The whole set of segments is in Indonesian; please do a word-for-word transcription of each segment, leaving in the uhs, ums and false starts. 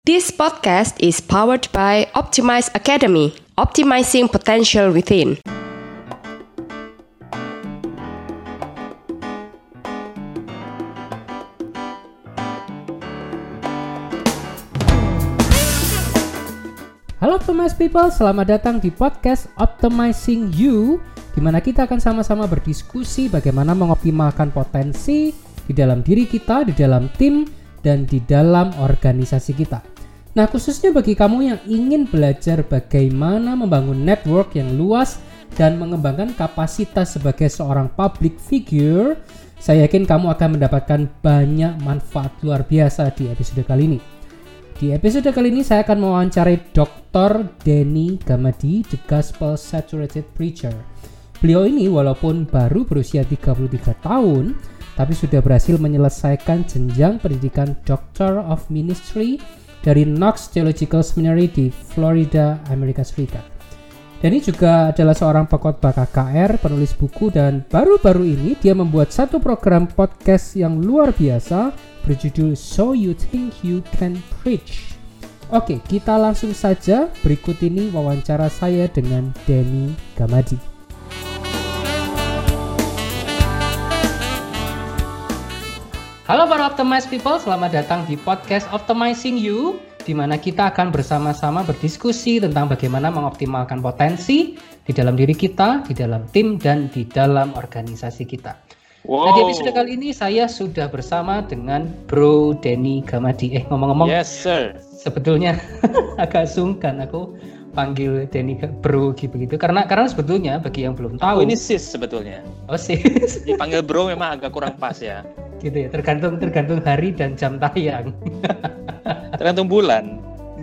This podcast is powered by Optimize Academy, optimizing potential within. Halo Optimize People, selamat datang di podcast Optimizing You, di mana kita akan sama-sama berdiskusi bagaimana mengoptimalkan potensi di dalam diri kita, di dalam tim, dan di dalam organisasi kita. Nah, khususnya bagi kamu yang ingin belajar bagaimana membangun network yang luas dan mengembangkan kapasitas sebagai seorang public figure, saya yakin kamu akan mendapatkan banyak manfaat luar biasa di episode kali ini. Di episode kali ini saya akan mewawancarai doktor Denny Gamadi, The Gospel Saturated Preacher. Beliau ini walaupun baru berusia tiga puluh tiga tahun, tapi sudah berhasil menyelesaikan jenjang pendidikan Doctor of Ministry dari Knox Theological Seminary di Florida, Amerika Serikat. Denny juga adalah seorang pengkhotbah K K R, penulis buku, dan baru-baru ini dia membuat satu program podcast yang luar biasa berjudul So You Think You Can Preach. Oke, kita langsung saja. Berikut ini wawancara saya dengan Denny Gamadi. Halo para Optimize People, selamat datang di podcast Optimizing You, di mana kita akan bersama-sama berdiskusi tentang bagaimana mengoptimalkan potensi di dalam diri kita, di dalam tim, dan di dalam organisasi kita. Wow. Nah, di episode kali ini saya sudah bersama dengan Bro Denny Gamadi. Eh, ngomong-ngomong, yes sir. Sebetulnya agak sungkan aku panggil Denny Bro gitu begitu, karena karena sebetulnya bagi yang belum tahu, oh, ini sis sebetulnya. Oh sis. Dipanggil Bro memang agak kurang pas ya. Gitu ya, tergantung tergantung hari dan jam tayang. Tergantung bulan.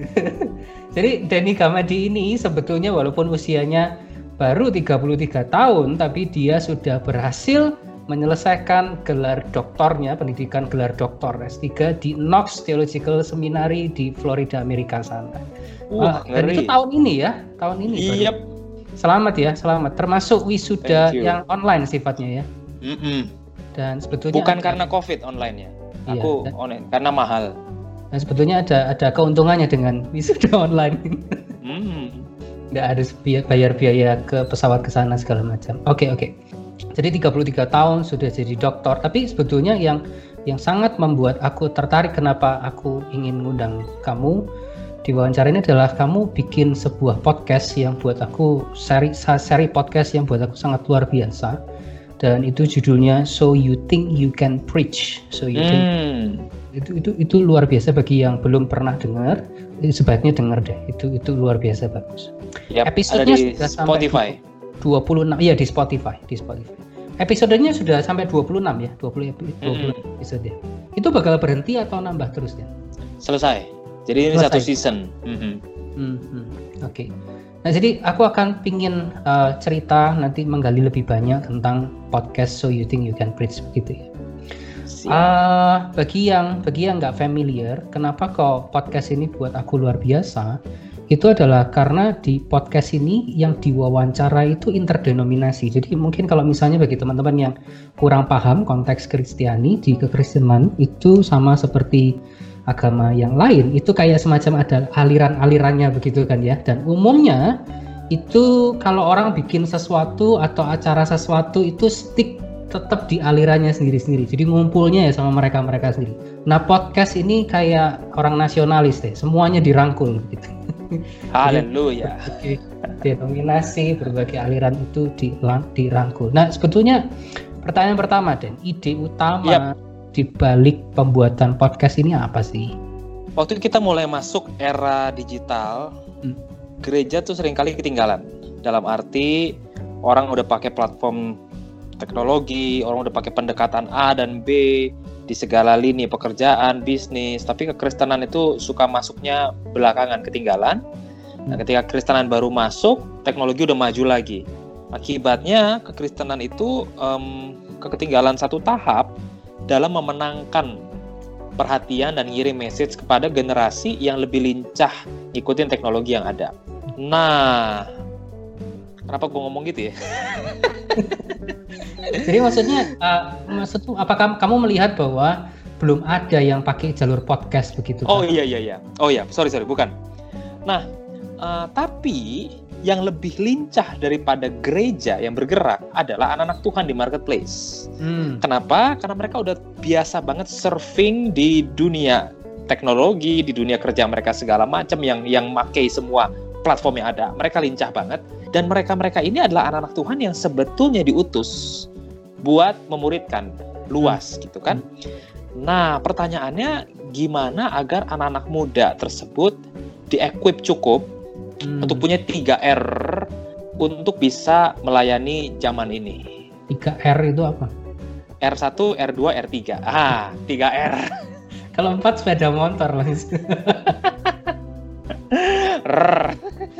Jadi Denny Gamadi ini sebetulnya walaupun usianya baru tiga puluh tiga tahun, tapi dia sudah berhasil menyelesaikan gelar doktornya, pendidikan gelar doktor S tiga di Knox Theological Seminary di Florida, Amerika sana. Wah, uh, dan itu tahun ini ya, tahun ini. Yep. Selamat ya, selamat. Termasuk wisuda yang online sifatnya ya. Mm-mm. Dan sebetulnya bukan ada, karena COVID online ya. Iya, Aku dan, online karena mahal. Dan sebetulnya ada ada keuntungannya dengan wisuda online. Hmm. Nggak harus bayar biaya ke pesawat ke sana segala macam. Oke, oke. Jadi tiga puluh tiga tahun sudah jadi doktor, tapi sebetulnya yang yang sangat membuat aku tertarik kenapa aku ingin ngundang kamu di wawancara ini adalah kamu bikin sebuah podcast yang buat aku seri seri podcast yang buat aku sangat luar biasa. Dan itu judulnya So You Think You Can Preach. So you hmm. think itu itu itu luar biasa bagi yang belum pernah dengar. Sebaiknya dengar deh. Itu itu luar biasa bagus. Yep, episodenya ada di sudah Spotify. sampai dua puluh enam. Iya, di Spotify, di Spotify. Episodenya sudah sampai dua puluh enam ya, dua puluh hmm. episode. Itu bakal berhenti atau nambah terus ya? Selesai. Jadi ini Selesai. Satu season. Mm-hmm. Mm-hmm. Oke. Okay. Nah, jadi aku akan pingin uh, cerita nanti menggali lebih banyak tentang podcast So You Think You Can Preach begitu ya. Uh, bagi yang bagi yang nggak familiar, kenapa kok podcast ini buat aku luar biasa? Itu adalah karena di podcast ini yang diwawancara itu interdenominasi. Jadi mungkin kalau misalnya bagi teman-teman yang kurang paham konteks Kristiani, di kekristenan itu sama seperti agama yang lain, itu kayak semacam ada aliran-alirannya begitu kan ya. Dan umumnya itu kalau orang bikin sesuatu atau acara sesuatu itu stick tetap di alirannya sendiri-sendiri. Jadi ngumpulnya ya sama mereka-mereka sendiri. Nah, podcast ini kayak orang nasionalis deh, semuanya dirangkul gitu. Haleluya. Berbagai denominasi, berbagai aliran itu dirangkul. Nah, sebetulnya pertanyaan pertama Den, ide utama yep. di balik pembuatan podcast ini apa sih? Waktu kita mulai masuk era digital, hmm. gereja tuh seringkali ketinggalan. Dalam arti orang udah pakai platform teknologi, orang udah pakai pendekatan A dan B di segala lini pekerjaan, bisnis, tapi kekristenan itu suka masuknya belakangan, ketinggalan. Nah, ketika kekristenan baru masuk, teknologi udah maju lagi. Akibatnya kekristenan itu um, ketinggalan satu tahap dalam memenangkan perhatian dan ngirim message kepada generasi yang lebih lincah ngikutin teknologi yang ada. Nah, kenapa gue ngomong gitu ya? Jadi maksudnya, uh, maksudku apakah kamu melihat bahwa belum ada yang pakai jalur podcast begitu. Oh kan? iya iya iya. Oh iya, sorry sorry bukan. Nah, uh, tapi yang lebih lincah daripada gereja yang bergerak adalah anak-anak Tuhan di marketplace. Hmm. Kenapa? Karena mereka udah biasa banget surfing di dunia teknologi, di dunia kerja mereka segala macam yang yang makai semua platform yang ada. Mereka lincah banget dan mereka-mereka ini adalah anak-anak Tuhan yang sebetulnya diutus buat memuridkan luas hmm. gitu kan. Nah, pertanyaannya gimana agar anak-anak muda tersebut di-equip cukup Hmm. untuk punya tiga R untuk bisa melayani zaman ini. tiga R itu apa? R satu, R dua, R tiga. Ah, tiga R. Kalau empat sepeda motor langsung. R.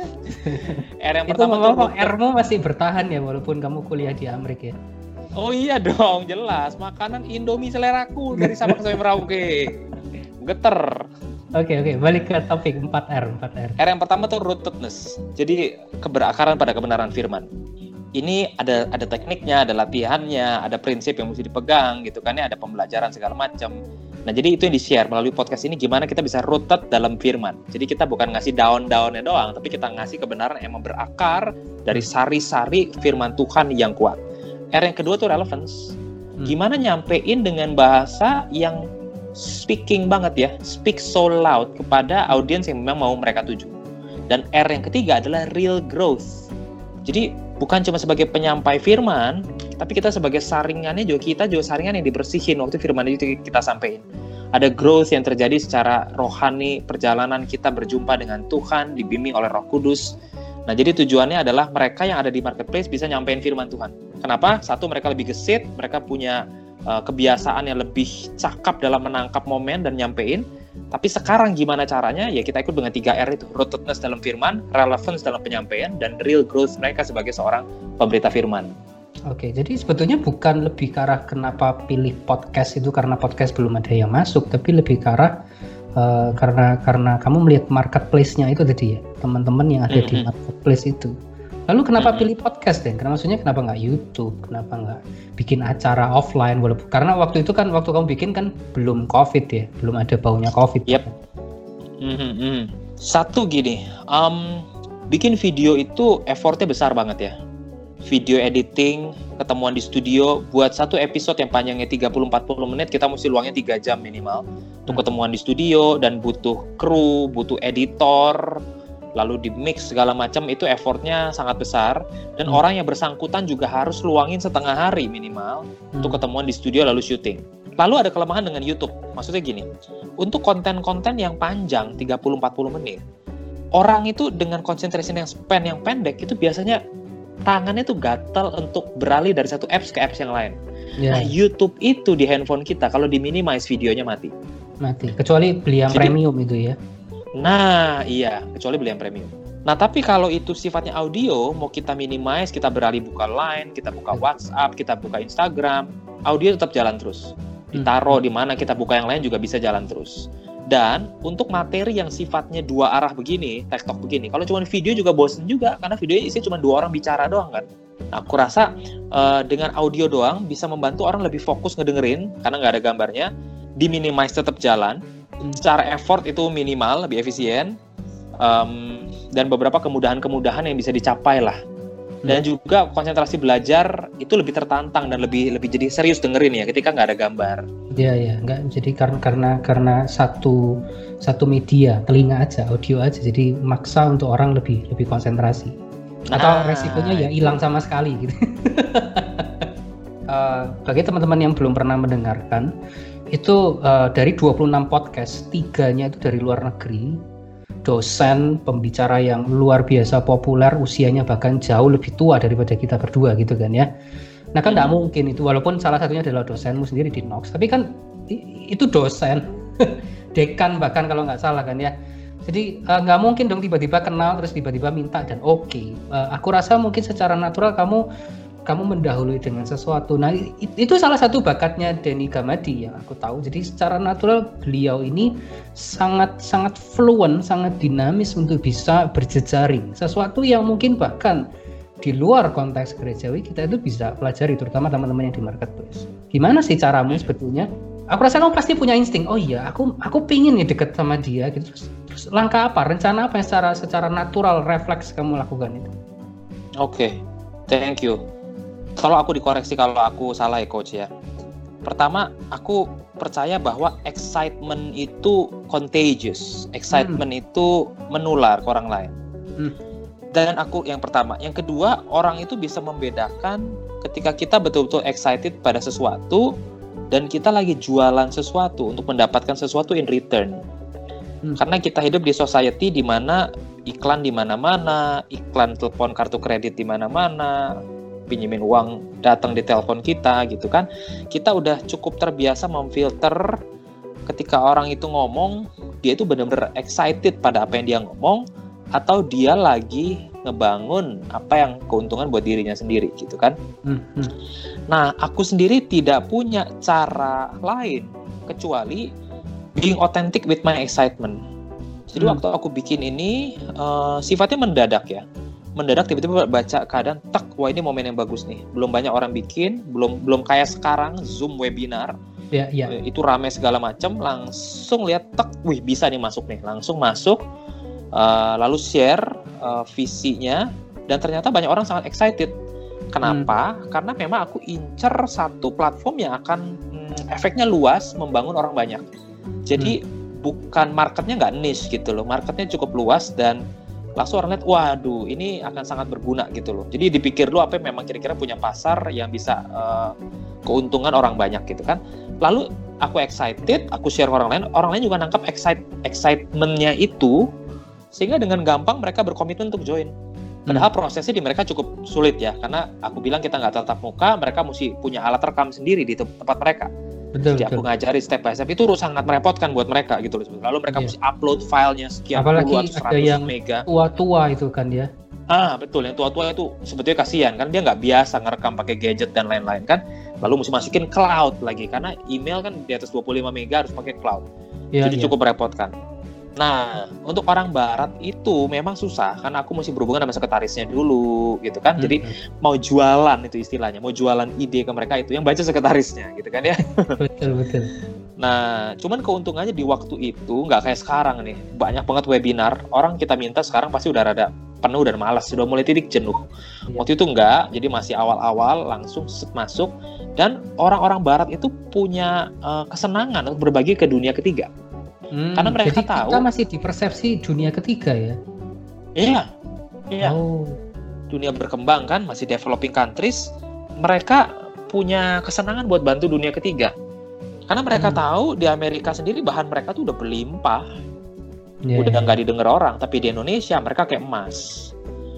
R yang pertama itu tuh R-mu masih bertahan ya walaupun kamu kuliah di Amerika ya? Oh iya dong, jelas. Makanan Indomie seleraku dari Sabang sampai Merauke. Geter. Oke okay, oke, okay. Balik ke topik empat R, empat R. R yang pertama tuh rootedness. Jadi keberakaran pada kebenaran firman. Ini ada ada tekniknya, ada latihannya, ada prinsip yang mesti dipegang gitu kan ya, ada pembelajaran segala macam. Nah, jadi itu yang di-share melalui podcast ini gimana kita bisa rooted dalam firman. Jadi kita bukan ngasih daun-daunnya doang, tapi kita ngasih kebenaran yang berakar dari sari-sari firman Tuhan yang kuat. R yang kedua tuh relevance. Gimana nyampein dengan bahasa yang speaking banget ya, speak so loud kepada audiens yang memang mau mereka tuju. Dan R yang ketiga adalah real growth. Jadi bukan cuma sebagai penyampai firman, tapi kita sebagai saringannya juga, kita juga saringan yang dibersihin waktu firman itu kita sampaikan. Ada growth yang terjadi secara rohani, perjalanan kita berjumpa dengan Tuhan, dibimbing oleh Roh Kudus. Nah, jadi tujuannya adalah mereka yang ada di marketplace bisa nyampein firman Tuhan. Kenapa? Satu, mereka lebih gesit, mereka punya Uh, kebiasaan yang lebih cakap dalam menangkap momen dan nyampein. Tapi sekarang gimana caranya? Ya kita ikut dengan tiga R itu, rootedness dalam firman, relevance dalam penyampaian, dan real growth mereka sebagai seorang pemberita firman. Oke, jadi sebetulnya bukan lebih ke arah kenapa pilih podcast itu karena podcast belum ada yang masuk, tapi lebih ke arah uh, karena karena kamu melihat marketplace-nya itu tadi ya, teman-teman yang ada mm-hmm. di marketplace itu. Lalu kenapa pilih podcast deh? Karena maksudnya kenapa nggak YouTube? Kenapa nggak bikin acara offline? Walaupun karena waktu itu kan waktu kamu bikin kan belum COVID ya, belum ada baunya COVID. Yep. Mm-hmm. Satu gini, um, bikin video itu effortnya besar banget ya. Video editing, ketemuan di studio, buat satu episode yang panjangnya tiga puluh sampai empat puluh menit, kita mesti luangnya tiga jam minimal untuk hmm. ketemuan di studio, dan butuh kru, butuh editor, lalu di mix segala macam, itu effortnya sangat besar. Dan hmm. orang yang bersangkutan juga harus luangin setengah hari minimal hmm. untuk ketemuan di studio lalu syuting. Lalu ada kelemahan dengan YouTube. Maksudnya gini, untuk konten-konten yang panjang tiga puluh sampai empat puluh menit, orang itu dengan concentration yang span yang pendek itu biasanya tangannya tuh gatal untuk beralih dari satu apps ke apps yang lain. Yeah. Nah, YouTube itu di handphone kita kalau di-minimize videonya mati. Mati. Kecuali beli yang Jadi, premium itu ya. Nah, iya, kecuali beli yang premium. Nah, tapi kalau itu sifatnya audio, mau kita minimize, kita beralih buka Line, kita buka WhatsApp, kita buka Instagram, audio tetap jalan terus. Ditaruh hmm. di mana kita buka yang lain juga bisa jalan terus. Dan untuk materi yang sifatnya dua arah begini, TikTok begini, kalau cuma video juga bosen juga, karena videonya isinya cuma dua orang bicara doang kan. Nah, aku rasa uh, dengan audio doang bisa membantu orang lebih fokus ngedengerin, karena nggak ada gambarnya, di-minimize tetap jalan, secara effort itu minimal, lebih efisien, um, dan beberapa kemudahan-kemudahan yang bisa dicapai lah. Dan hmm. juga konsentrasi belajar itu lebih tertantang dan lebih lebih jadi serius dengerin ya ketika nggak ada gambar. Iya ya, nggak jadi karena karena karena satu satu media, telinga aja, audio aja, jadi maksa untuk orang lebih lebih konsentrasi. Atau ah, resikonya ya hilang sama sekali gitu. uh, bagi teman-teman yang belum pernah mendengarkan, itu uh, dari dua puluh enam podcast, tiganya itu dari luar negeri, dosen, pembicara yang luar biasa populer, usianya bahkan jauh lebih tua daripada kita berdua gitu kan ya. Nah kan nggak hmm. mungkin itu, walaupun salah satunya adalah dosenmu sendiri di Knox, tapi kan itu dosen, dekan bahkan kalau nggak salah kan ya. Jadi nggak uh, mungkin dong tiba-tiba kenal terus tiba-tiba minta dan oke. Okay. Uh, aku rasa mungkin secara natural kamu kamu mendahului dengan sesuatu. Nah itu salah satu bakatnya Denny Gamadi yang aku tahu. Jadi secara natural beliau ini sangat sangat fluent, sangat dinamis untuk bisa berjejaring. Sesuatu yang mungkin bahkan di luar konteks gerejawi kita itu bisa pelajari, terutama teman-teman yang di marketplace. Gimana sih caramu sebetulnya aku rasa kamu pasti punya insting. Oh iya, aku aku pingin nih deket sama dia gitu. Terus, terus langkah apa, rencana apa yang secara secara natural refleks kamu lakukan itu? Oke, okay. Thank you. Kalau aku dikoreksi kalau aku salah ya coach ya. Pertama, aku percaya bahwa excitement itu contagious. Excitement hmm. itu menular ke orang lain. Hmm. Dan aku yang pertama, yang kedua, orang itu bisa membedakan ketika kita betul-betul excited pada sesuatu dan kita lagi jualan sesuatu untuk mendapatkan sesuatu in return. Hmm. Karena kita hidup di society di mana iklan di mana-mana, iklan telepon kartu kredit di mana-mana, pinjemin uang datang di telepon kita gitu kan. Kita udah cukup terbiasa memfilter ketika orang itu ngomong, dia itu benar-benar excited pada apa yang dia ngomong atau dia lagi ngebangun apa yang keuntungan buat dirinya sendiri gitu kan. Mm-hmm. Nah, aku sendiri tidak punya cara lain kecuali being authentic with my excitement. Jadi mm. waktu aku bikin ini uh, sifatnya mendadak ya. Mendadak tiba-tiba baca keadaan tak, wah ini momen yang bagus nih. Belum banyak orang bikin, belum belum kayak sekarang Zoom webinar. Ya, ya. Itu rame segala macam, langsung lihat tak, wih bisa nih masuk nih. Langsung masuk. Uh, lalu share uh, visinya dan ternyata banyak orang sangat excited. Kenapa? Hmm. Karena memang aku incer satu platform yang akan hmm, efeknya luas, membangun orang banyak. Jadi hmm. bukan marketnya nggak niche gitu loh, marketnya cukup luas dan langsung orang lihat, waduh ini akan sangat berguna gitu loh. Jadi dipikir dulu apa yang memang kira-kira punya pasar yang bisa uh, keuntungan orang banyak gitu kan. Lalu aku excited, aku share ke orang lain, orang lain juga nangkap excite, excitement-nya itu. Sehingga dengan gampang mereka berkomitmen untuk join. Padahal prosesnya di mereka cukup sulit ya, karena aku bilang kita nggak tatap muka, mereka mesti punya alat rekam sendiri di tempat mereka. Betul, Jadi betul. Aku ngajari step by step, itu sangat merepotkan buat mereka gitu loh. Lalu mereka iya. mesti upload filenya sekian puluh atau seratus mega. Tua-tua itu kan ya. Ah betul, yang tua-tua itu sebetulnya kasihan kan, dia nggak biasa ngerekam pakai gadget dan lain-lain kan. Lalu mesti masukin cloud lagi, karena email kan di atas dua puluh lima mega harus pakai cloud. Ya, Jadi ya. cukup merepotkan. Nah, untuk orang barat itu memang susah karena aku mesti berhubungan sama sekretarisnya dulu gitu kan. Hmm. Jadi mau jualan itu istilahnya, mau jualan ide ke mereka itu yang baca sekretarisnya gitu kan ya. Betul, betul. Nah, cuman keuntungannya di waktu itu nggak kayak sekarang nih. Banyak banget webinar, orang kita minta sekarang pasti udah rada penuh dan malas, sudah mulai titik jenuh. Ya. Waktu itu enggak, jadi masih awal-awal langsung masuk dan orang-orang barat itu punya uh, kesenangan untuk berbagi ke dunia ketiga. Hmm, karena mereka jadi tahu kita masih di persepsi dunia ketiga ya. Iya. Iya. Oh. Dunia berkembang kan, masih developing countries, mereka punya kesenangan buat bantu dunia ketiga. Karena mereka hmm. tahu di Amerika sendiri bahan mereka tuh udah berlimpah. Yeah, udah nggak yeah. didengar orang, tapi di Indonesia mereka kayak emas.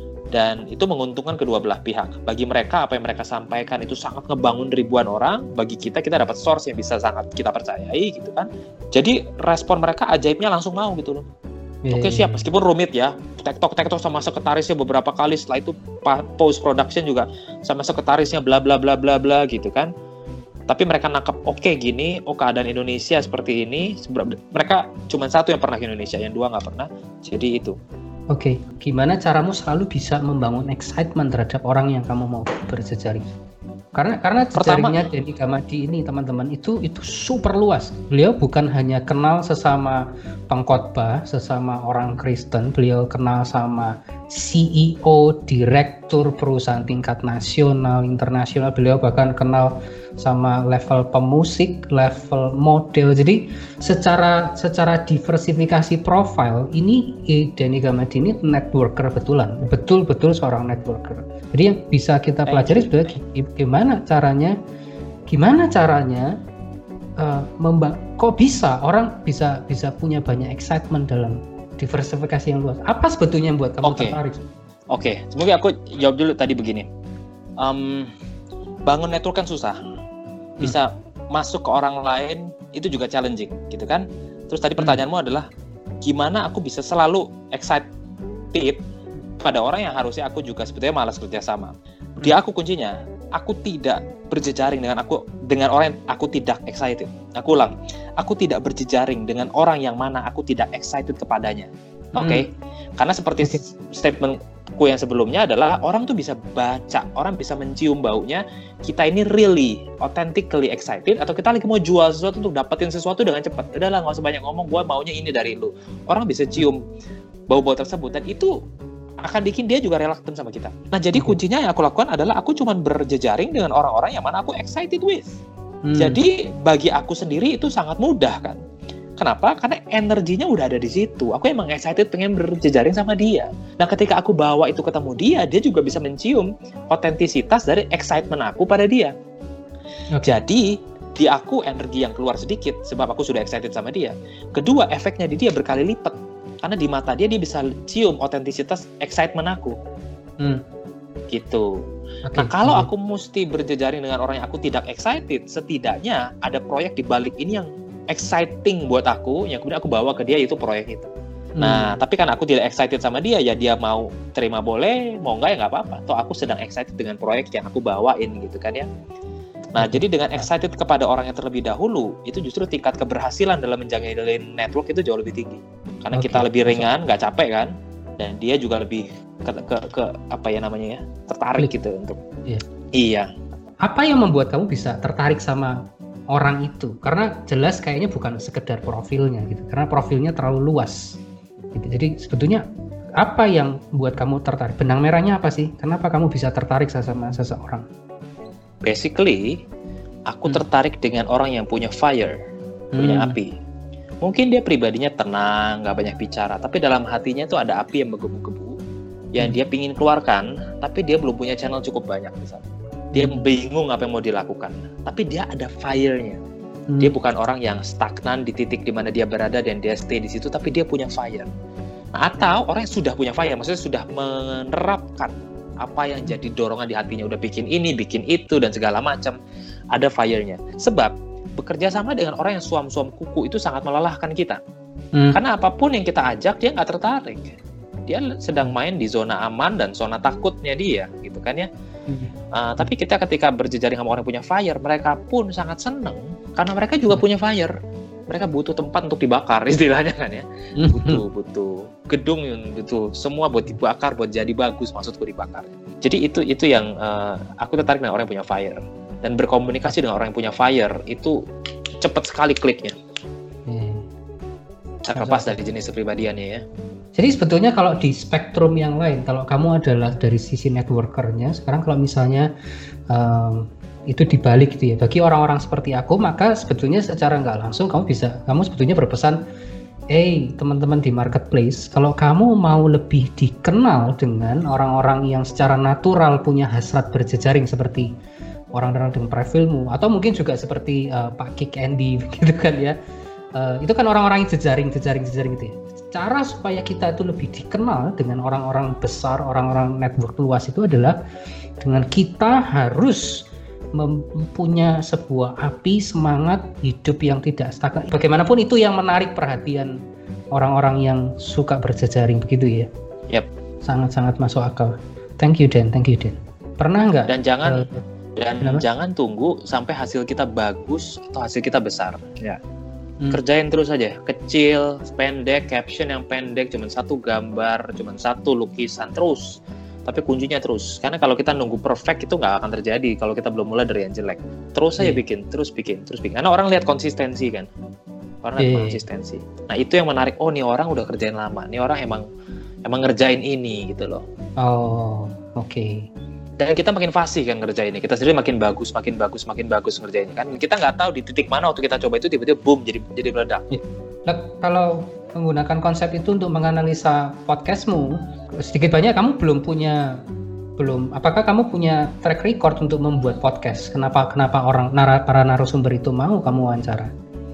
Dan itu menguntungkan kedua belah pihak. Bagi mereka apa yang mereka sampaikan itu sangat ngebangun ribuan orang. Bagi kita, kita dapat source yang bisa sangat kita percayai gitu kan. Jadi respon mereka ajaibnya langsung mau gitu loh. Yeah, Oke siap, meskipun rumit ya. Tektok-tektok sama sekretarisnya beberapa kali. Setelah itu post production juga sama sekretarisnya bla bla bla bla bla gitu kan. Tapi mereka nangkep oke okay, gini, oh keadaan Indonesia seperti ini. Mereka cuma satu yang pernah ke Indonesia, yang dua nggak pernah. Jadi itu. Oke, okay. Gimana caramu selalu bisa membangun excitement terhadap orang yang kamu mau berjejaring? Karena karena jejaringnya Denny Gamadi ini teman-teman itu itu super luas. Beliau bukan hanya kenal sesama pengkhotbah, sesama orang Kristen, beliau kenal sama C E O, direktur perusahaan tingkat nasional, internasional. Beliau bahkan kenal sama level pemusik, level model. Jadi secara secara diversifikasi profil ini Denny Gamadi ini networker betulan, betul-betul seorang networker. Jadi yang bisa kita pelajari sebenarnya gimana caranya, gimana caranya uh, memba- kok bisa orang bisa bisa punya banyak excitement dalam diversifikasi yang luas. Apa sebetulnya yang buat kamu okay. tertarik? Oke, okay. Mungkin aku jawab dulu tadi begini. Um, bangun network kan susah. Bisa hmm. masuk ke orang lain itu juga challenging, gitu kan? Terus tadi pertanyaanmu hmm. adalah gimana aku bisa selalu excited pada orang yang harusnya aku juga sebetulnya malas kerja sama. Di aku kuncinya, aku tidak berjejaring dengan aku dengan orang yang aku tidak excited. Aku ulang, aku tidak berjejaring dengan orang yang mana aku tidak excited kepadanya. Oke, okay. hmm. Karena seperti okay. statementku yang sebelumnya adalah orang tuh bisa baca, orang bisa mencium baunya. Kita ini really, authentically excited atau kita lagi mau jual sesuatu untuk dapetin sesuatu dengan cepat. Udahlah, nggak usah banyak ngomong, gue maunya ini dari lu. Orang bisa cium bau-bau tersebut dan itu akan bikin dia juga reluctant sama kita. Nah, jadi okay. kuncinya yang aku lakukan adalah aku cuman berjejaring dengan orang-orang yang mana aku excited with. Hmm. Jadi bagi aku sendiri itu sangat mudah kan. Kenapa? Karena energinya udah ada di situ. Aku emang excited pengen berjejaring sama dia. Nah, ketika aku bawa itu ketemu dia, dia juga bisa mencium otentisitas dari excitement aku pada dia. Okay. Jadi, di aku energi yang keluar sedikit sebab aku sudah excited sama dia. Kedua, efeknya di dia berkali lipat. Karena di mata dia, dia bisa cium otentisitas excitement aku. Hmm. Gitu. Okay. Nah, kalau okay. aku mesti berjejaring dengan orang yang aku tidak excited, setidaknya ada proyek di balik ini yang exciting buat aku, yang kemudian aku bawa ke dia, itu proyek itu. Hmm. Nah, tapi kan aku tidak excited sama dia, ya dia mau terima boleh, mau enggak ya nggak apa-apa. Toh aku sedang excited dengan proyek yang aku bawain gitu kan ya. Nah, jadi dengan excited kepada orang yang terlebih dahulu, itu justru tingkat keberhasilan dalam menjalin network itu jauh lebih tinggi. Karena okay. kita lebih ringan, nggak capek kan, dan dia juga lebih ke, ke, ke apa ya namanya ya, tertarik Klik. gitu untuk. Iya. Iya. Apa yang membuat kamu bisa tertarik sama orang itu? Karena jelas kayaknya bukan sekedar profilnya gitu, karena profilnya terlalu luas gitu. Jadi sebetulnya apa yang buat kamu tertarik? Benang merahnya apa sih? Kenapa kamu bisa tertarik sama seseorang? Basically, aku hmm. tertarik dengan orang yang punya fire, punya hmm. api. Mungkin dia pribadinya tenang, nggak banyak bicara, tapi dalam hatinya tuh ada api yang menggebu-gebu, yang hmm. dia pingin keluarkan, tapi dia belum punya channel cukup banyak misalnya. Dia bingung apa yang mau dilakukan, tapi dia ada fire-nya. Hmm. Dia bukan orang yang stagnan di titik di mana dia berada dan dia stay di situ, tapi dia punya fire. Nah, atau orang yang sudah punya fire, maksudnya sudah menerapkan apa yang jadi dorongan di hatinya, udah bikin ini, bikin itu, dan segala macam, ada fire-nya. Sebab bekerja sama dengan orang yang suam-suam kuku itu sangat melelahkan kita. Hmm. Karena apapun yang kita ajak, dia nggak tertarik. Dia sedang main di zona aman dan zona takutnya dia, gitu kan ya. Uh, tapi kita ketika berjejaring sama orang yang punya fire, mereka pun sangat senang karena mereka juga punya fire. Mereka butuh tempat untuk dibakar, istilahnya kan ya. Butuh butuh gedung yang butuh semua buat dibakar, buat jadi bagus, maksudku dibakar. Jadi itu itu yang uh, aku tertarik dengan orang yang punya fire, dan berkomunikasi dengan orang yang punya fire itu cepat sekali kliknya. Hmm. Terlepas dari jenis kepribadiannya ya. Jadi sebetulnya kalau di spektrum yang lain, kalau kamu adalah dari sisi networkernya, sekarang kalau misalnya um, itu dibalik gitu ya, bagi orang-orang seperti aku, maka sebetulnya secara nggak langsung kamu bisa, kamu sebetulnya berpesan, hey teman-teman di marketplace, kalau kamu mau lebih dikenal dengan orang-orang yang secara natural punya hasrat berjejaring seperti orang-orang dengan profilmu, atau mungkin juga seperti uh, Pak Kik Andy gitu kan ya, uh, itu kan orang-orang yang jejaring, jejaring, jejaring gitu ya. Cara supaya kita itu lebih dikenal dengan orang-orang besar, orang-orang network luas itu adalah dengan kita harus mempunyai sebuah api semangat hidup yang tidak stagnan. Bagaimanapun itu yang menarik perhatian orang-orang yang suka berjejaring begitu ya. Yep. Sangat-sangat masuk akal. Thank you Dan, thank you Dan. Pernah nggak? Dan jangan uh, dan kenapa? jangan tunggu sampai hasil kita bagus atau hasil kita besar. Ya. Hmm. Kerjain terus aja, kecil, pendek, caption yang pendek, cuma satu gambar, cuma satu lukisan, terus. Tapi kuncinya terus, karena kalau kita nunggu perfect itu nggak akan terjadi kalau kita belum mulai dari yang jelek. Terus aja yeah. bikin, terus bikin, terus bikin. Karena orang lihat konsistensi kan, orang lihat yeah. konsistensi. Nah itu yang menarik. Oh, nih orang udah kerjain lama, nih orang emang emang ngerjain ini gitu loh. Oh, oke. Okay. Dan kita makin fasih kan ngerjainnya, kita sendiri makin bagus, makin bagus, makin bagus ngerjainnya kan. Kita nggak tahu di titik mana waktu kita coba itu tiba-tiba boom jadi jadi meledak. Ya. Nah, kalau menggunakan konsep itu untuk menganalisa podcastmu, sedikit banyak kamu belum punya belum. Apakah kamu punya track record untuk membuat podcast? Kenapa kenapa orang nara, para narasumber itu mau kamu wawancara?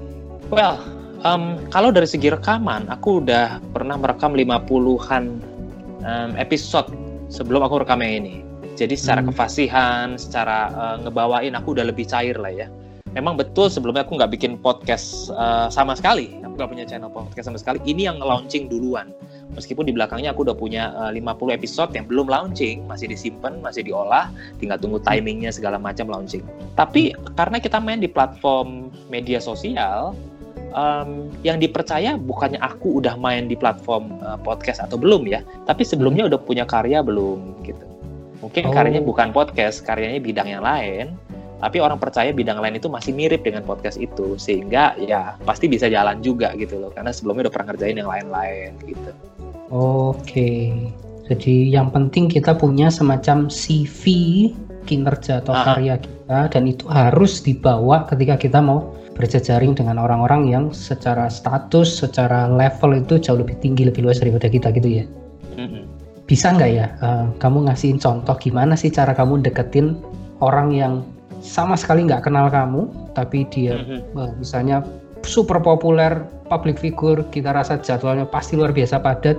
Well, um, kalau dari segi rekaman, aku udah pernah merekam lima puluhan um, episode sebelum aku rekam yang ini. Jadi secara hmm. kefasihan, secara uh, ngebawain aku udah lebih cair lah ya. Memang betul sebelumnya aku nggak bikin podcast uh, sama sekali. Aku nggak punya channel podcast sama sekali. Ini yang launching duluan. Meskipun di belakangnya aku udah punya uh, lima puluh episode yang belum launching. Masih disimpan, masih diolah. Tinggal tunggu timingnya segala macam launching. Tapi karena kita main di platform media sosial, um, yang dipercaya bukannya aku udah main di platform uh, podcast atau belum ya, tapi sebelumnya udah punya karya belum gitu. Mungkin oh. karyanya bukan podcast, karyanya bidang yang lain, tapi orang percaya bidang lain itu masih mirip dengan podcast itu, sehingga ya pasti bisa jalan juga gitu loh, karena sebelumnya udah pernah ngerjain yang lain-lain gitu. Oke, jadi yang penting kita punya semacam C V kinerja atau ah. karya kita, dan itu harus dibawa ketika kita mau berjejaring dengan orang-orang yang secara status, secara level itu jauh lebih tinggi, lebih luas daripada kita gitu ya. Mm-hmm. Bisa nggak ya uh, kamu ngasihin contoh gimana sih cara kamu deketin orang yang sama sekali nggak kenal kamu, tapi dia mm-hmm. uh, misalnya super populer, public figure, kita rasa jadwalnya pasti luar biasa padat,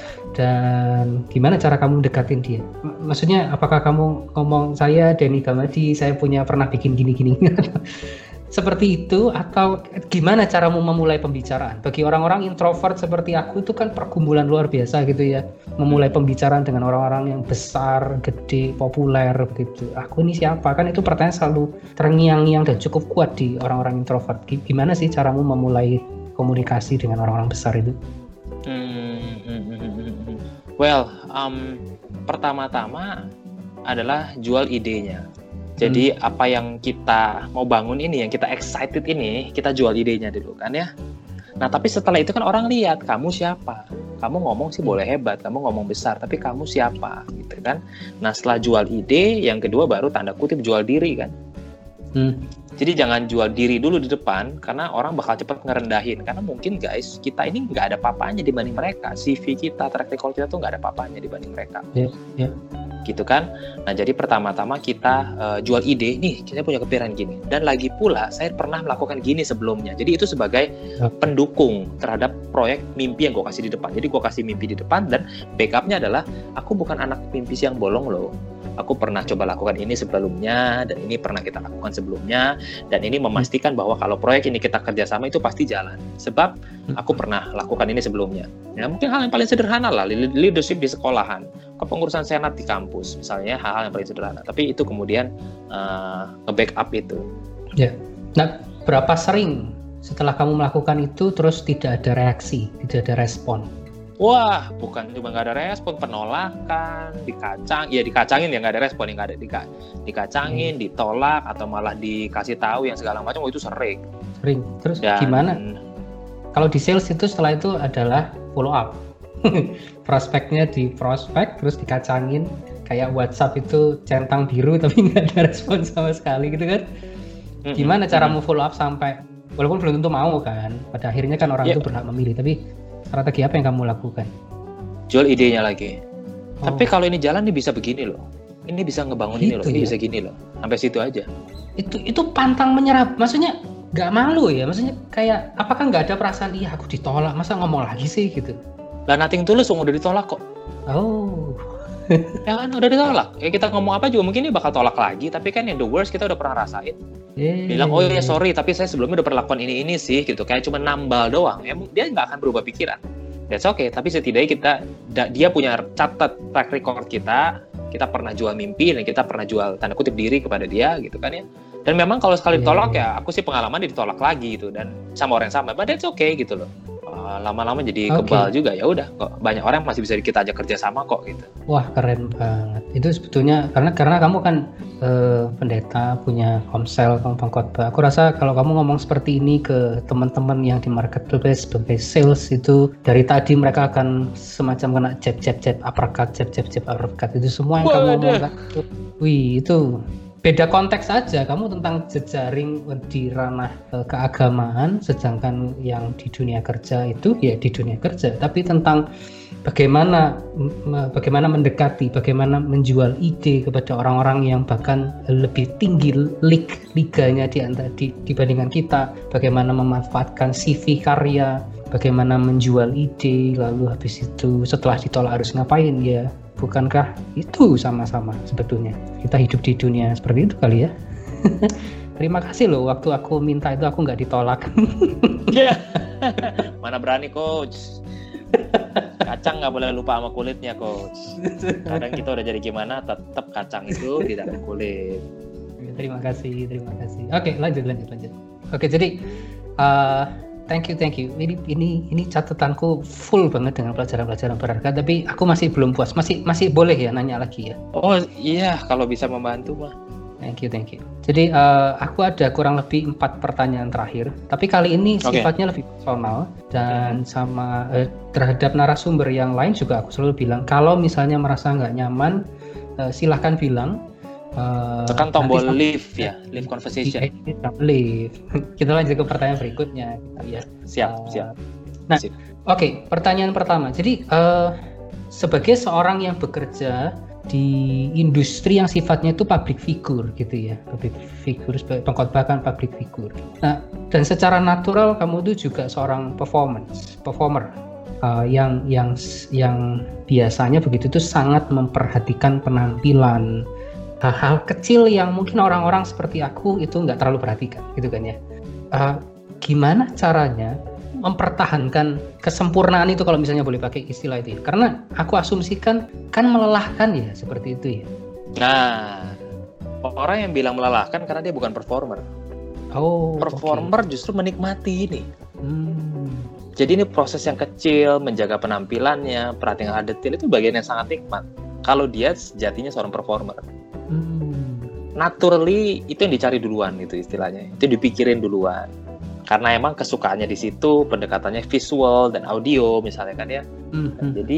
dan gimana cara kamu dekatin dia? M- maksudnya apakah kamu ngomong, saya Denny Gamadi, saya punya pernah bikin gini-gini seperti itu, atau gimana caramu memulai pembicaraan? Bagi orang-orang introvert seperti aku itu kan pergumulan luar biasa gitu ya, memulai pembicaraan dengan orang-orang yang besar, gede, populer begitu. Aku ini siapa? Kan itu pertanyaan selalu terngiang-ngiang dan cukup kuat di orang-orang introvert. Gimana sih caramu memulai komunikasi dengan orang-orang besar itu? Hmm, hmm, hmm, hmm. Well, um, pertama-tama adalah jual idenya. Jadi hmm. apa yang kita mau bangun ini, yang kita excited ini, kita jual idenya dulu kan ya. Nah tapi setelah itu kan orang lihat kamu siapa. Kamu ngomong sih boleh hebat, kamu ngomong besar, tapi kamu siapa gitu kan. Nah setelah jual ide, yang kedua baru tanda kutip jual diri kan. Hmm. Jadi jangan jual diri dulu di depan, karena orang bakal cepat ngerendahin. Karena mungkin guys, kita ini nggak ada papanya dibanding mereka. C V kita, track record kita tuh nggak ada papanya dibanding mereka. Yeah, yeah. Gitu kan. Nah jadi pertama-tama kita uh, jual ide, nih kita punya kepikiran gini, dan lagi pula saya pernah melakukan gini sebelumnya. Jadi itu sebagai okay. pendukung terhadap proyek mimpi yang gue kasih di depan. Jadi gue kasih mimpi di depan, dan backupnya adalah aku bukan anak mimpi siang bolong loh. Aku pernah coba lakukan ini sebelumnya, dan ini pernah kita lakukan sebelumnya, dan ini memastikan bahwa kalau proyek ini kita kerjasama itu pasti jalan. Sebab aku pernah lakukan ini sebelumnya. Ya mungkin hal yang paling sederhana lah, leadership di sekolahan, kepengurusan senat di kampus, misalnya hal-hal yang paling sederhana. Tapi itu kemudian uh, nge-backup itu. Ya. Nah, berapa sering setelah kamu melakukan itu terus tidak ada reaksi, tidak ada respon? Wah, bukan cuma nggak ada respon, penolakan, dikacang, ya dikacangin ya nggak ada respon, yang nggak ada dika, dikacangin, hmm. ditolak, atau malah dikasih tahu yang segala macam. Oh itu sering. Sering. Terus dan, gimana? Kalau di sales itu setelah itu adalah follow up. Prospeknya di prospek terus dikacangin, kayak WhatsApp itu centang biru tapi nggak ada respon sama sekali gitu kan? Gimana hmm. caramu follow up sampai, walaupun belum tentu mau kan? Pada akhirnya kan orang yeah. itu berhak memilih, tapi strategi apa yang kamu lakukan? Jual idenya lagi. Oh. Tapi kalau ini jalan nih bisa begini loh. Ini bisa ngebangun gitu, ini loh. Ini ya? Bisa gini loh. Sampai situ aja. Itu itu pantang menyerah. Maksudnya nggak malu ya? Maksudnya kayak apakah nggak ada perasaan iya aku ditolak? Masa ngomong lagi sih gitu? Lah nothing tulus udah ditolak kok. Oh. Ya kan udah ditolak. Ya kita ngomong apa juga mungkin dia bakal tolak lagi. Tapi kan yang the worst kita udah pernah rasain. Yeah. Bilang oh ya sorry tapi saya sebelumnya udah pernah lakukan ini ini sih gitu, kayak cuma nambal doang ya, dia nggak akan berubah pikiran. That's okay, tapi setidaknya kita da, dia punya catat track record kita, kita pernah jual mimpi dan kita pernah jual tanda kutip diri kepada dia gitu kan ya. Dan memang kalau sekali ditolak yeah. ya aku sih pengalaman ditolak lagi gitu, dan sama orang yang sama, but that's okay gitu loh. Uh, lama-lama jadi okay. kebal juga, ya udah kok banyak orang masih bisa kita ajak kerja sama kok gitu. Wah keren banget itu sebetulnya, karena karena kamu kan uh, pendeta, punya komsel, kamu pengkhotbah. Aku rasa kalau kamu ngomong seperti ini ke teman-teman yang di marketplace sebagai sales itu, dari tadi mereka akan semacam kena jab jab jab uppercut jab jab jab uppercut itu semua yang Wah, kamu ngomong kan. Wih itu beda konteks aja, kamu tentang jejaring di ranah e, keagamaan, sedangkan yang di dunia kerja itu ya di dunia kerja, tapi tentang bagaimana me, bagaimana mendekati, bagaimana menjual ide kepada orang-orang yang bahkan lebih tinggi lig, liganya di, di, dibandingkan kita, bagaimana memanfaatkan C V karya, bagaimana menjual ide, lalu habis itu setelah ditolak harus ngapain ya. Bukankah itu sama-sama sebetulnya kita hidup di dunia seperti itu kali ya? Terima kasih loh, waktu aku minta itu aku nggak ditolak. Yeah. Mana berani coach. Kacang nggak boleh lupa sama kulitnya coach. Kadang kita udah jadi gimana, tetap kacang itu tidak ada kulit. Terima kasih, terima kasih. Oke lanjut lanjut lanjut. Oke jadi uh, thank you, thank you. Ini ini ini catatanku full banget dengan pelajaran-pelajaran berharga. Tapi aku masih belum puas. Masih masih boleh ya nanya lagi ya. Oh iya, kalau bisa membantu mah. Thank you, thank you. Jadi uh, aku ada kurang lebih empat pertanyaan terakhir. Tapi kali ini okay. sifatnya lebih personal dan sama uh, terhadap narasumber yang lain juga aku selalu bilang kalau misalnya merasa nggak nyaman, uh, silahkan bilang. Uh, tekan tombol leave ya, leave conversation. Leave. Kita lanjut ke pertanyaan berikutnya. Ya. Siap, uh, siap. Nah, oke, okay, pertanyaan pertama. Jadi uh, sebagai seorang yang bekerja di industri yang sifatnya itu public figure gitu ya, public figure pengkhotbahkan public figure. Nah, dan secara natural kamu itu juga seorang performance, performer uh, yang yang yang biasanya begitu tuh sangat memperhatikan penampilan, hal-hal kecil yang mungkin orang-orang seperti aku itu nggak terlalu perhatikan, gitu kan ya. Uh, gimana caranya mempertahankan kesempurnaan itu kalau misalnya boleh pakai istilah itu ya. Karena aku asumsikan kan melelahkan ya seperti itu ya. Nah, orang yang bilang melelahkan karena dia bukan performer. Oh, performer okay. justru menikmati ini. Hmm. Jadi ini proses yang kecil, menjaga penampilannya, perhatian detail itu bagian yang sangat nikmat. Kalau dia sejatinya seorang performer. Hmm. Naturally itu yang dicari duluan itu istilahnya. Itu dipikirin duluan. Karena emang kesukaannya di situ, pendekatannya visual dan audio misalnya kan ya. Mm-hmm. Jadi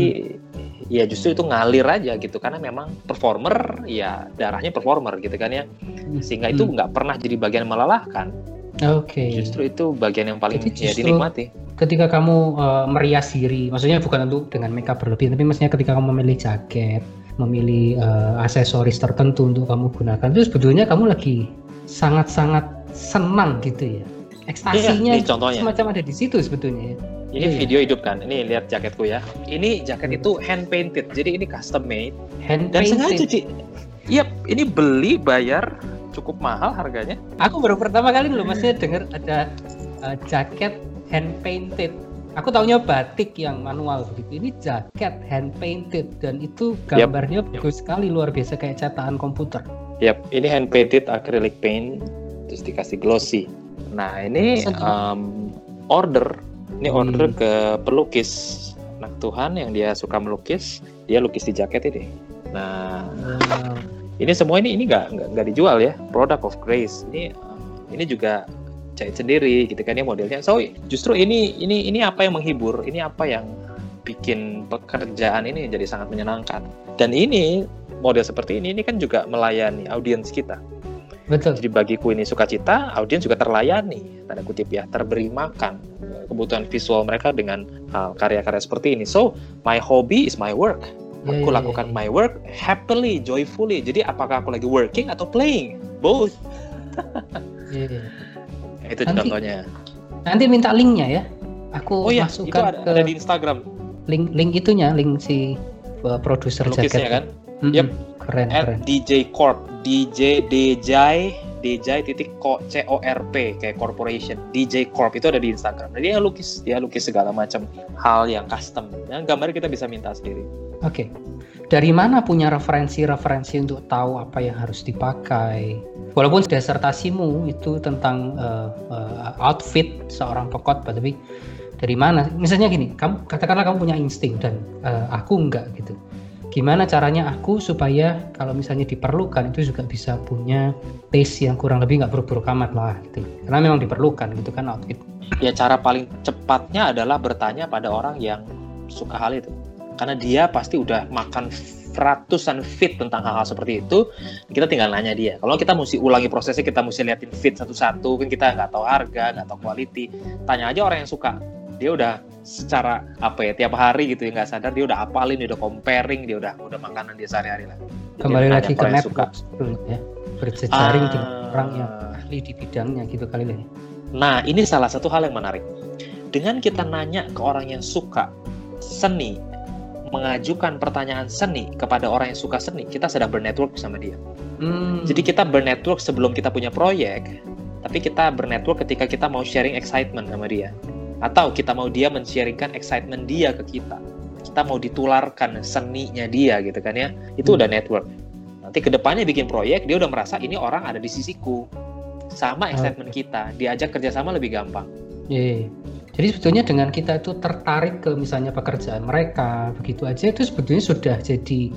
ya justru itu ngalir aja gitu, karena memang performer ya darahnya performer gitu kan ya. Sehingga itu nggak pernah jadi bagian melelahkan. Oke. Okay. Justru itu bagian yang paling ya dinikmati. Ketika kamu uh, merias diri, maksudnya bukan untuk dengan makeup berlebih, tapi maksudnya ketika kamu memilih jaket, memilih uh, aksesoris tertentu untuk kamu gunakan, itu sebetulnya kamu lagi sangat-sangat senang gitu ya. Ekstasinya iya, contohnya semacam ada di situ sebetulnya. Ini iya, video hidup kan. Ini lihat jaketku ya. Ini jaket itu hand painted. Jadi ini custom made. Hand dan painted. sengaja sih. Yap, ini beli bayar cukup mahal harganya. Aku baru pertama kali loh masih dengar ada uh, jaket hand painted. Aku taunya batik yang manual begitu. Ini jaket hand painted dan itu gambarnya yep. bagus yep. sekali, luar biasa kayak cetakan komputer. Yap, ini hand painted acrylic paint terus dikasih glossy. Nah ini um, order, ini hmm. order ke pelukis anak Tuhan yang dia suka melukis, dia lukis di jaket ini. Nah hmm. ini semua ini ini nggak nggak dijual ya, product of grace. Ini ini juga jahit sendiri gitu kan ya modelnya. So justru ini ini ini apa yang menghibur, ini apa yang bikin pekerjaan ini jadi sangat menyenangkan. Dan ini model seperti ini ini kan juga melayani audiens kita. Betul. Jadi bagiku ini sukacita, audiens juga terlayani, tanda kutip ya, terberi makan kebutuhan visual mereka dengan uh, karya-karya seperti ini. So, my hobby is my work. Yeah, aku yeah, lakukan yeah, yeah. my work happily, joyfully. Jadi apakah aku lagi working atau playing? Both. yeah. Itu nanti, contohnya. Nanti minta linknya ya. Aku oh, iya, masukkan itu ada, ke ada di Instagram. Link link itunya, link si uh, produser jaket kan. Mm-hmm. Yep. Keren, At keren. D J Corp, D J Djay, Djay titik C O R P kayak corporation. D J Corp itu ada di Instagram. Jadi dia lukis, dia lukis segala macam hal yang custom. Dan gambar kita bisa minta sendiri. Oke. Okay. Dari mana punya referensi-referensi untuk tahu apa yang harus dipakai? Walaupun disertasimu itu tentang uh, uh, outfit seorang pengkhotbah, tapi dari mana? Misalnya gini, kamu katakanlah kamu punya insting dan uh, aku enggak gitu. Gimana caranya aku supaya kalau misalnya diperlukan itu juga bisa punya taste yang kurang lebih nggak buruk-buruk amat lah gitu. Karena memang diperlukan gitu kan outfit. Ya cara paling cepatnya adalah bertanya pada orang yang suka hal itu. Karena dia pasti udah makan ratusan feed tentang hal-hal seperti itu. Kita tinggal nanya dia. Kalau kita mesti ulangi prosesnya, kita mesti liatin feed satu-satu. Kan kita nggak tahu harga, nggak tahu quality. Tanya aja orang yang suka. Dia udah secara apa ya tiap hari gitu ya nggak sadar dia udah apalin, dia udah comparing, dia udah udah makanan dia sehari-hari lah. Kembali lagi ke network ya, berjejaring ah, dengan orang yang ahli di bidangnya gitu kali ini. Nah ini salah satu hal yang menarik. Dengan kita nanya ke orang yang suka seni, mengajukan pertanyaan seni kepada orang yang suka seni, kita sedang bernetwork sama dia. Hmm. Jadi kita bernetwork sebelum kita punya proyek, tapi kita bernetwork ketika kita mau sharing excitement sama dia. Atau kita mau dia men-sharingkan excitement dia ke kita. Kita mau ditularkan seninya dia gitu kan ya. Itu hmm. udah network. Nanti kedepannya bikin proyek, dia udah merasa ini orang ada di sisiku. Sama excitement okay. kita. Diajak kerjasama lebih gampang. Yeah. Jadi sebetulnya dengan kita itu tertarik ke misalnya pekerjaan mereka, begitu aja itu sebetulnya sudah jadi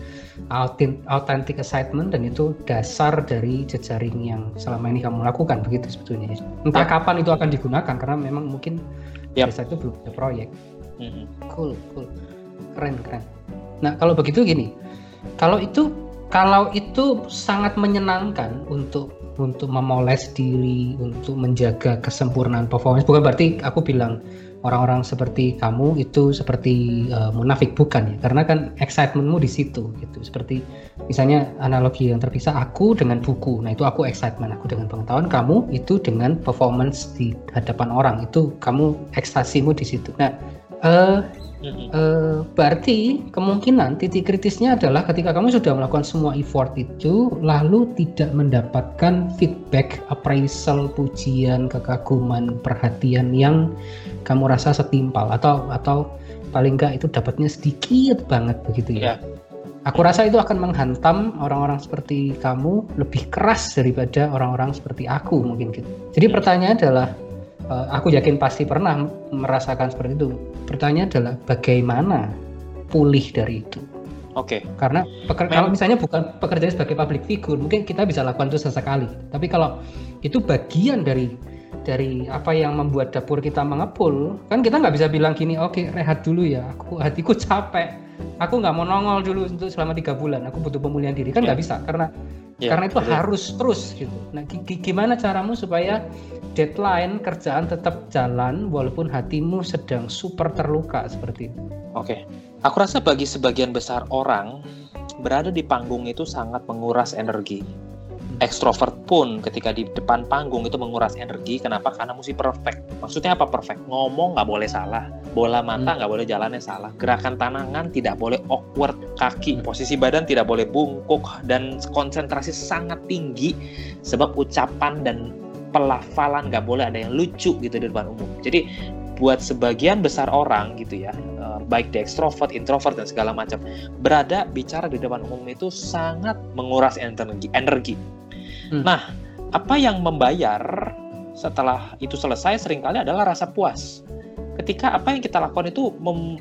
authentic excitement, dan itu dasar dari jejaring yang selama ini kamu lakukan, begitu sebetulnya. Entah ya. Kapan itu akan digunakan, karena memang mungkin yep. pada saat itu belum ada proyek. Mm-hmm. Cool, cool, keren, keren. Nah kalau begitu gini, kalau itu kalau itu sangat menyenangkan untuk untuk memoles diri, untuk menjaga kesempurnaan performance. Bukan berarti aku bilang orang-orang seperti kamu itu seperti uh, munafik, bukan ya. Karena kan excitementmu di situ gitu. Seperti misalnya analogi yang terpisah, aku dengan buku. Nah, itu aku excitement, aku dengan pengetahuan, kamu itu dengan performance di hadapan orang. Itu kamu ekstasimu di situ. Nah, uh, Mm-hmm. Uh, berarti kemungkinan titik kritisnya adalah ketika kamu sudah melakukan semua effort itu lalu tidak mendapatkan feedback, appraisal, pujian, kekaguman, perhatian yang kamu rasa setimpal, atau atau paling enggak itu dapatnya sedikit banget begitu ya. Yeah. Aku rasa itu akan menghantam orang-orang seperti kamu lebih keras daripada orang-orang seperti aku mungkin gitu. Jadi pertanyaannya adalah, Uh, aku yakin pasti pernah merasakan seperti itu. Pertanyaannya adalah bagaimana pulih dari itu. Oke. Okay. Karena peker- kalau misalnya bukan pekerjaan sebagai public figure, mungkin kita bisa lakukan itu sesekali. Tapi kalau itu bagian dari dari apa yang membuat dapur kita mengepul, kan kita nggak bisa bilang gini, oke okay, rehat dulu ya, aku hatiku capek, aku nggak mau nongol dulu untuk selama tiga bulan, aku butuh pemulihan diri, kan nggak yeah. bisa karena yeah, karena itu betul. Harus terus gitu. Nah, g- gimana caramu supaya deadline kerjaan tetap jalan walaupun hatimu sedang super terluka seperti itu? Oke, okay. Aku rasa bagi sebagian besar orang berada di panggung itu sangat menguras energi. Ekstrovert pun ketika di depan panggung itu menguras energi. Kenapa? Karena mesti perfect. Maksudnya apa perfect? Ngomong nggak boleh salah, bola mata nggak hmm. boleh jalannya salah, gerakan tangan tidak boleh awkward, kaki, posisi badan tidak boleh bungkuk, dan konsentrasi sangat tinggi sebab ucapan dan pelafalan nggak boleh ada yang lucu gitu di depan umum. Jadi buat sebagian besar orang gitu ya, baik di ekstrovert, introvert dan segala macam, berada bicara di depan umum itu sangat menguras energi. energi. Hmm. Nah, apa yang membayar setelah itu selesai seringkali adalah rasa puas. Ketika apa yang kita lakukan itu mem-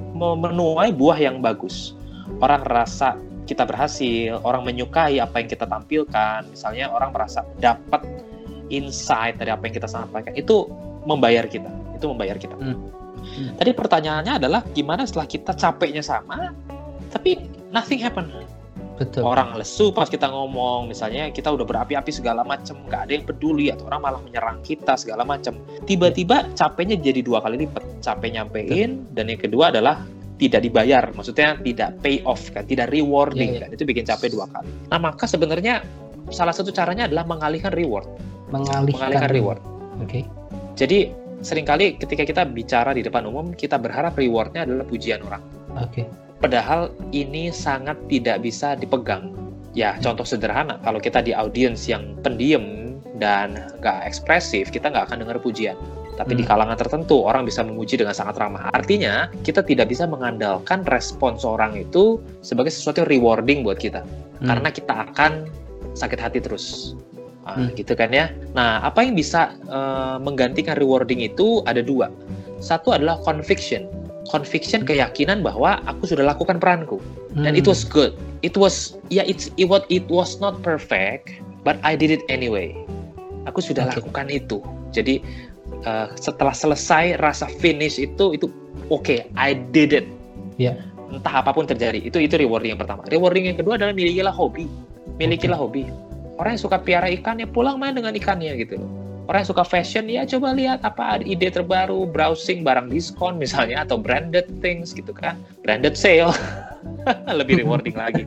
menuai buah yang bagus. Orang merasa kita berhasil, orang menyukai apa yang kita tampilkan. Misalnya orang merasa dapat insight dari apa yang kita sampaikan. Itu membayar kita. Itu membayar kita. Hmm. Hmm. Tadi pertanyaannya adalah gimana setelah kita capeknya sama, tapi nothing happen. Betul. Orang lesu pas kita ngomong, misalnya kita udah berapi-api segala macam, nggak ada yang peduli, atau orang malah menyerang kita segala macam. Tiba-tiba capeknya jadi dua kali lipat, capek nyampein, betul. Dan yang kedua adalah tidak dibayar, maksudnya tidak pay off kan, tidak rewarding yeah, yeah. kan, itu bikin capek dua kali. Nah maka sebenarnya salah satu caranya adalah mengalihkan reward, mengalihkan, mengalihkan reward. Oke. Okay. Jadi seringkali ketika kita bicara di depan umum, kita berharap rewardnya adalah pujian orang. Oke. Okay. Padahal ini sangat tidak bisa dipegang. Ya, contoh sederhana, kalau kita di audiens yang pendiam dan nggak ekspresif, kita nggak akan dengar pujian. Tapi hmm. di kalangan tertentu, orang bisa memuji dengan sangat ramah. Artinya, kita tidak bisa mengandalkan respons orang itu sebagai sesuatu yang rewarding buat kita. Hmm. Karena kita akan sakit hati terus. Nah, hmm. gitu kan ya. Nah, apa yang bisa uh, menggantikan rewarding itu ada dua. Satu adalah conviction. Conviction, keyakinan bahwa aku sudah lakukan peranku. Dan hmm. it was good. It was, ya yeah, it's, it was, it was not perfect, but I did it anyway. Aku sudah okay. lakukan itu. Jadi, uh, setelah selesai, rasa finish itu, itu oke, okay, I did it. Yeah. Entah apapun terjadi. Itu itu rewarding yang pertama. Rewarding yang kedua adalah milikilah hobi. Milikilah okay. hobi. Orang yang suka piara ikan, ya pulang main dengan ikannya gitu loh. Orang yang suka fashion, ya coba lihat apa ide terbaru, browsing barang diskon misalnya, atau branded things gitu kan. Branded sale. Lebih rewarding lagi.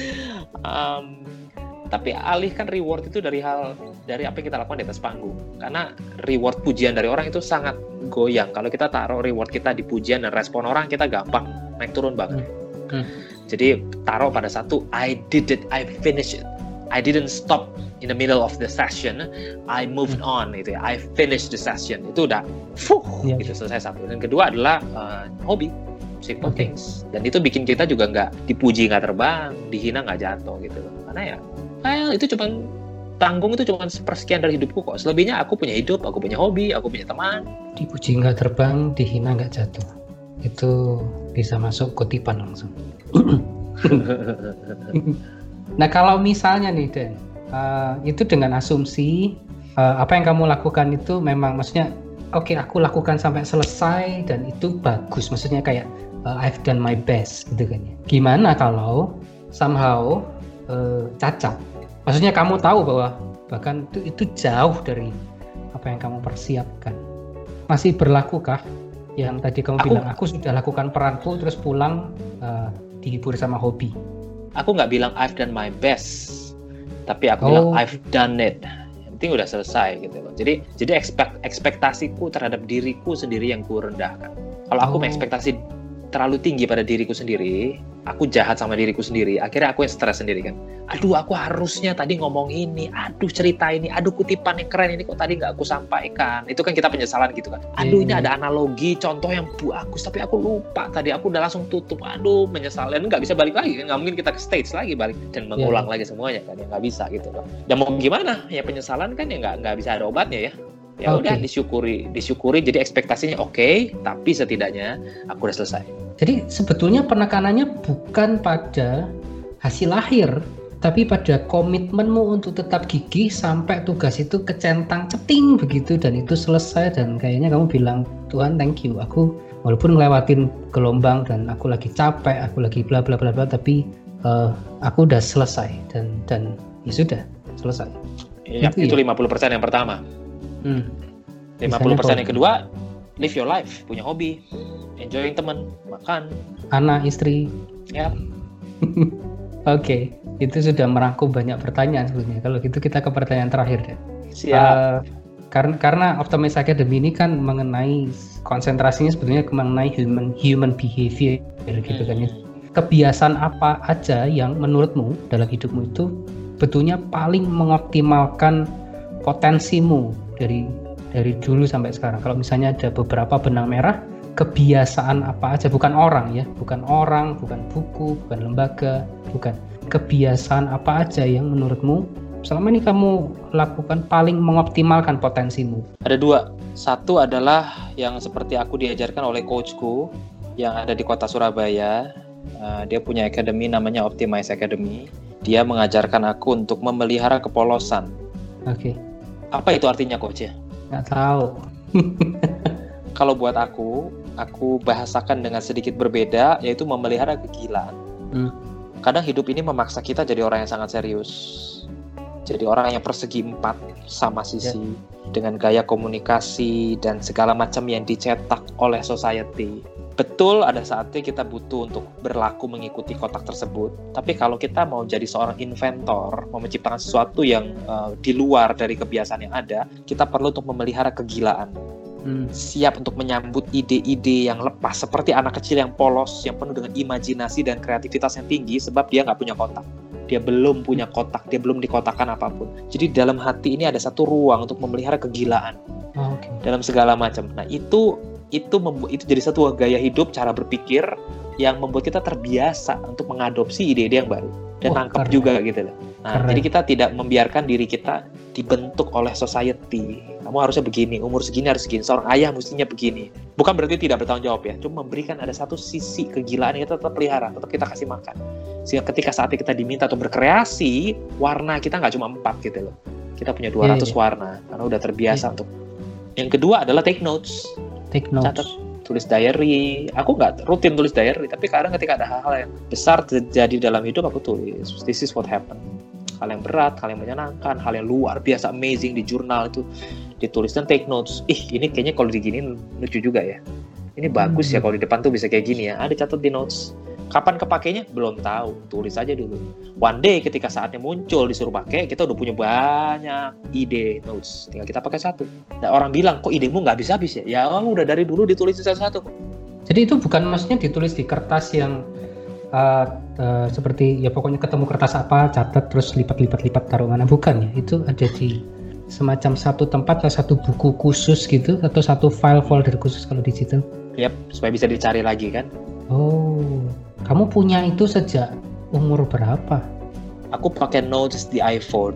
Um, tapi alihkan reward itu dari hal, dari apa yang kita lakukan di atas panggung. Karena reward pujian dari orang itu sangat goyang. Kalau kita taruh reward kita di pujian dan respon orang, kita gampang naik turun banget. Hmm. Hmm. Jadi taruh pada satu, I did it, I finished it. I didn't stop in the middle of the session. I moved hmm. on, gitu ya. I finished the session. Itu udah, fuh, yeah. gitu selesai satu. Dan kedua adalah uh, hobi, simple okay. things. Dan itu bikin kita juga nggak dipuji nggak terbang, dihina nggak jatuh gitu loh. Karena ya, well, itu cuma tanggung itu cuma sepersekian dari hidupku kok. Selebihnya aku punya hidup, aku punya hobi, aku punya teman. Dipuji nggak terbang, dihina nggak jatuh. Itu bisa masuk kutipan langsung. Nah kalau misalnya nih Den, uh, itu dengan asumsi uh, apa yang kamu lakukan itu memang maksudnya oke okay, aku lakukan sampai selesai dan itu bagus, maksudnya kayak uh, I've done my best gitu kan ya. Gimana kalau somehow uh, cacat? Maksudnya kamu tahu bahwa bahkan itu, itu jauh dari apa yang kamu persiapkan. Masih berlakukah yang tadi kamu aku, bilang aku sudah lakukan peranku terus pulang uh, dihibur sama hobi? Aku nggak bilang I've done my best, tapi aku oh. bilang I've done it. Yang penting udah selesai gitu loh. Jadi jadi ekspek, ekspektasiku terhadap diriku sendiri yang ku rendahkan. Kalau aku oh. mengekspektasi terlalu tinggi pada diriku sendiri, aku jahat sama diriku sendiri. Akhirnya aku yang stres sendiri kan. Aduh, aku harusnya tadi ngomong ini. Aduh, cerita ini. Aduh, kutipan yang keren ini kok tadi nggak aku sampaikan. Itu kan kita penyesalan gitu kan. Aduh, hmm. ini ada analogi, contoh yang bagus, tapi aku lupa tadi. Aku udah langsung tutup. Aduh, menyesal. Dan nggak bisa balik lagi kan. Nggak mungkin kita ke stage lagi balik dan mengulang yeah. lagi semuanya kan. Ya nggak bisa gitu kan. Dan mau gimana? Ya penyesalan kan ya nggak nggak bisa ada obatnya ya. Ya okay. udah disyukuri, disyukuri. Jadi ekspektasinya oke, okay, tapi setidaknya aku udah selesai. Jadi sebetulnya penekanannya bukan pada hasil akhir, tapi pada komitmenmu untuk tetap gigih sampai tugas itu kecentang ceting begitu dan itu selesai. Dan kayaknya kamu bilang, Tuhan thank you, aku walaupun ngelewatin gelombang dan aku lagi capek, aku lagi bla bla bla bla, tapi uh, aku udah selesai dan dan ya sudah selesai. Ya, itu, itu ya? lima puluh persen yang pertama. Hmm. lima puluh persen yang kedua, live your life, punya hobi, enjoying teman, makan, anak, istri. Ya. Oke, okay. Itu sudah merangkum banyak pertanyaan sebetulnya. Kalau gitu kita ke pertanyaan terakhir deh. Siap. Uh, karena karena Optimize Academy ini kan mengenai konsentrasinya sebetulnya mengenai human human behavior gitu hmm. kan ya. Kebiasaan apa aja yang menurutmu dalam hidupmu itu betulnya paling mengoptimalkan potensimu dari dari dulu sampai sekarang? Kalau misalnya ada beberapa benang merah, kebiasaan apa aja, bukan orang ya, bukan orang, bukan buku, bukan lembaga, bukan, kebiasaan apa aja yang menurutmu selama ini kamu lakukan paling mengoptimalkan potensimu? Ada dua. Satu adalah yang seperti aku diajarkan oleh coachku yang ada di kota Surabaya. Uh, dia punya academy namanya Optimize Academy. Dia mengajarkan aku untuk memelihara kepolosan. Oke. Okay. Apa itu artinya coach ya? Nggak tahu. Kalau buat aku, aku bahasakan dengan sedikit berbeda, yaitu memelihara kegilaan. Hmm. Kadang hidup ini memaksa kita jadi orang yang sangat serius. Jadi orang yang persegi empat sama sisi, yeah. dengan gaya komunikasi dan segala macam yang dicetak oleh society. Betul, ada saatnya kita butuh untuk berlaku mengikuti kotak tersebut. Tapi kalau kita mau jadi seorang inventor, mau menciptakan sesuatu yang uh, di luar dari kebiasaan yang ada, kita perlu untuk memelihara kegilaan. Hmm. Siap untuk menyambut ide-ide yang lepas, seperti anak kecil yang polos, yang penuh dengan imajinasi dan kreativitas yang tinggi, sebab dia nggak punya kotak. Dia belum punya kotak, dia belum dikotakkan apapun. Jadi dalam hati ini ada satu ruang untuk memelihara kegilaan. Oh, okay. Dalam segala macam. Nah itu itu membu- itu jadi satu gaya hidup, cara berpikir yang membuat kita terbiasa untuk mengadopsi ide-ide yang baru dan oh, nangkep keren. juga gitu loh. Nah, keren. Jadi kita tidak membiarkan diri kita dibentuk oleh society. Kamu harusnya begini, umur segini harus segini, seorang ayah mestinya begini. Bukan berarti tidak bertanggung jawab ya, cuma memberikan ada satu sisi kegilaan yang kita tetap pelihara, tetap kita kasih makan. Sehingga ketika saatnya kita diminta untuk berkreasi, warna kita nggak cuma empat gitu loh. Kita punya dua ratus yeah, yeah. warna, karena udah terbiasa yeah. untuk. Yang kedua adalah take notes. Take notes. Catat, tulis diary. Aku nggak rutin tulis diary, tapi kadang ketika ada hal-hal yang besar terjadi dalam hidup, aku tulis. This is what happened. Hal yang berat, hal yang menyenangkan, hal yang luar biasa, amazing di jurnal itu ditulis dan take notes. Ih, ini kayaknya kalau diginiin lucu juga ya. Ini bagus hmm. ya kalau di depan tuh bisa kayak gini ya. Ada catat di notes. Kapan kepakainya? Belum tahu. Tulis aja dulu. One day ketika saatnya muncul disuruh pakai, kita udah punya banyak ide notes. Tinggal kita pakai satu. Nah, orang bilang, kok idemu nggak habis-habis ya? Ya, oh, udah dari dulu ditulis satu-satu. Jadi itu bukan maksudnya ditulis di kertas yang uh, uh, seperti ya pokoknya ketemu kertas apa, catat terus lipat-lipat-lipat taruh mana. Bukan ya? Itu ada di semacam satu tempat atau satu buku khusus gitu atau satu file folder khusus kalau digital. Yap, supaya bisa dicari lagi kan. Oh, kamu punya itu sejak umur berapa? Aku pakai notes di iPhone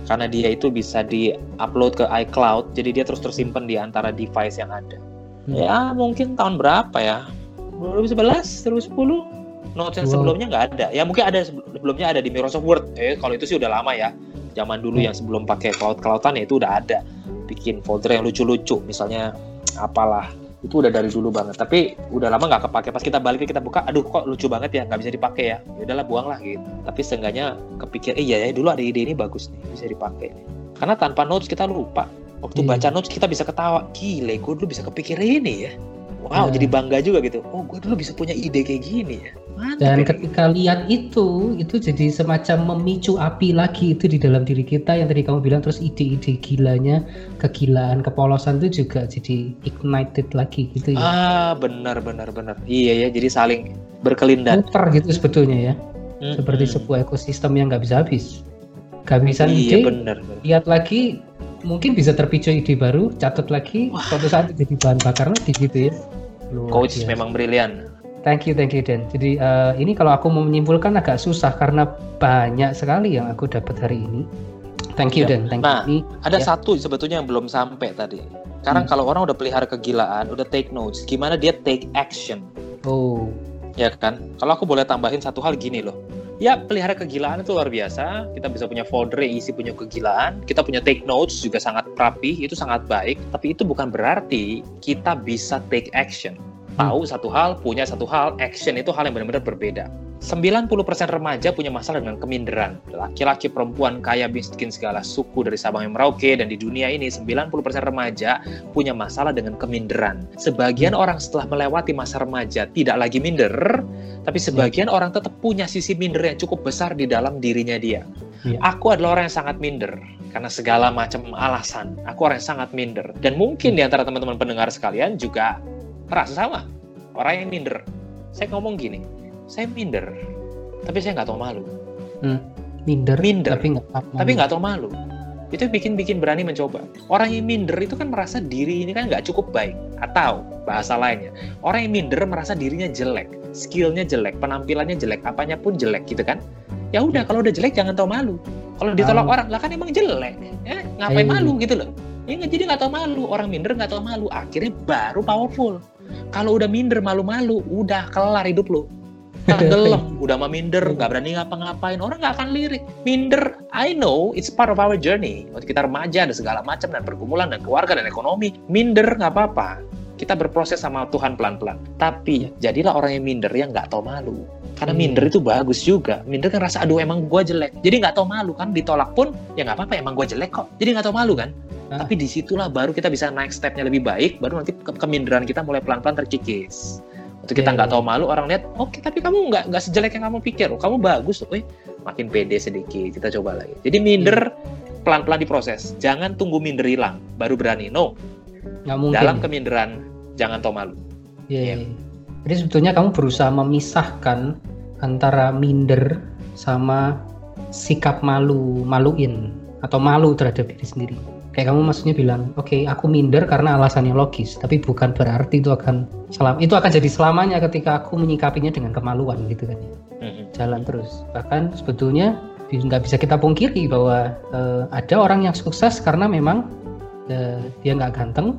Karena dia itu bisa di-upload ke iCloud, jadi dia terus tersimpan di antara device yang ada. Hmm. Ya mungkin tahun berapa ya? dua ribu sebelas, dua ribu sepuluh Notes yang wow. sebelumnya nggak ada. Ya mungkin ada sebelumnya ada di Microsoft Word. Eh kalau itu sih udah lama ya. Zaman dulu hmm. yang sebelum pakai cloud-cloudan ya itu udah ada. Bikin folder yang lucu-lucu, misalnya apalah. Itu udah dari dulu banget, tapi udah lama nggak kepake. Pas kita balik kita buka, aduh kok lucu banget ya, nggak bisa dipakai ya. Ya udahlah buang lah gitu. Tapi seenggaknya kepikir, eh iya ya dulu ada ide ini bagus nih, bisa dipakai. Nih. Karena tanpa notes kita lupa. Waktu hmm. baca notes kita bisa ketawa, gile gue dulu bisa kepikir ini ya. Wow, hmm. jadi bangga juga gitu. Oh gue dulu bisa punya ide kayak gini ya. Mantap. Dan ketika lihat itu, itu jadi semacam memicu api lagi itu di dalam diri kita yang tadi kamu bilang, terus ide-ide gilanya, kegilaan, kepolosan itu juga jadi ignited lagi gitu ya. Ah, benar benar benar. Iya ya, jadi saling berkelindan. Muter gitu sebetulnya ya. Hmm. Seperti sebuah ekosistem yang nggak bisa habis. Kehabisan iya, ide, benar, benar. Lihat lagi, mungkin bisa terpicu ide baru, catat lagi, Wah. suatu saat jadi bahan bakar lagi gitu ya. Luar Coach biasa. Memang brilian. Thank you, thank you Dan. Jadi uh, ini kalau aku mau menyimpulkan agak susah karena banyak sekali yang aku dapat hari ini. Thank you ya. Dan. Thank nah, you. Nah, ada ya. satu sebetulnya yang belum sampai tadi. Sekarang hmm. kalau orang udah pelihara kegilaan, udah take notes, gimana dia take action? Oh. Ya kan? Kalau aku boleh tambahin satu hal gini loh. Ya, pelihara kegilaan itu luar biasa. Kita bisa punya folder yang isi punya kegilaan. Kita punya take notes juga sangat rapi, itu sangat baik. Tapi itu bukan berarti kita bisa take action. Tahu hmm. satu hal, punya satu hal, action itu hal yang benar-benar berbeda. sembilan puluh persen remaja punya masalah dengan keminderan. Laki-laki, perempuan, kaya, miskin, segala suku dari Sabang sampai Merauke, dan di dunia ini sembilan puluh persen remaja punya masalah dengan keminderan. Sebagian hmm. orang setelah melewati masa remaja tidak lagi minder, tapi sebagian hmm. orang tetap punya sisi minder yang cukup besar di dalam dirinya dia. Hmm. Aku adalah orang yang sangat minder karena segala macam alasan. Aku orang yang sangat minder. Dan mungkin hmm. di antara teman-teman pendengar sekalian juga merasa sama, orang yang minder. Saya ngomong gini, saya minder, tapi saya nggak tahu malu. Hmm, minder, minder, tapi nggak tahu malu. Tapi nggak tahu malu. Itu bikin-bikin berani mencoba. Orang yang minder itu kan merasa diri ini kan nggak cukup baik. Atau bahasa lainnya, orang yang minder merasa dirinya jelek, skillnya jelek, penampilannya jelek, apanya pun jelek gitu kan. Ya udah, kalau udah jelek jangan tahu malu. Kalau ditolak oh. orang, lah kan emang jelek, ya ngapain Ayy. malu gitu loh. Ya nggak, jadi nggak tahu malu. Orang minder nggak tahu malu, akhirnya baru powerful. Kalau udah minder, malu-malu, udah kelar hidup lo. Tenggelam, udah mah minder, nggak berani ngapa-ngapain, orang nggak akan lirik. Minder, I know, it's part of our journey. Waktu kita remaja ada segala macam dan pergumulan dan keluarga dan ekonomi. Minder nggak apa-apa. Kita berproses sama Tuhan pelan-pelan. Tapi jadilah orang yang minder yang nggak tahu malu. Karena hmm. minder itu bagus juga. Minder kan rasa, aduh emang gue jelek. Jadi nggak tahu malu kan, ditolak pun ya nggak apa-apa, emang gue jelek kok. Jadi nggak tahu malu kan. Nah. Tapi disitulah baru kita bisa naik stepnya lebih baik. Baru nanti ke- keminderan kita mulai pelan-pelan terkikis. Waktu kita nggak yeah. tahu malu, orang lihat, oke okay, tapi kamu nggak nggak sejelek yang kamu pikir. Oh, kamu bagus, oh, makin pede sedikit. Kita coba lagi. Jadi minder hmm. pelan-pelan diproses. Jangan tunggu minder hilang baru berani. No. Nggak mungkin. Dalam keminderan jangan tahu malu. Iya. Yeah. Yeah. Jadi sebetulnya kamu berusaha memisahkan antara minder sama sikap malu, maluin atau malu terhadap diri sendiri. Kayak kamu maksudnya bilang, oke, okay, aku minder karena alasannya logis, tapi bukan berarti itu akan selam, itu akan jadi selamanya ketika aku menyikapinya dengan kemaluan gitu kan. Mm-hmm. Jalan terus. Bahkan sebetulnya nggak bisa kita pungkiri bahwa uh, ada orang yang sukses karena memang uh, dia nggak ganteng,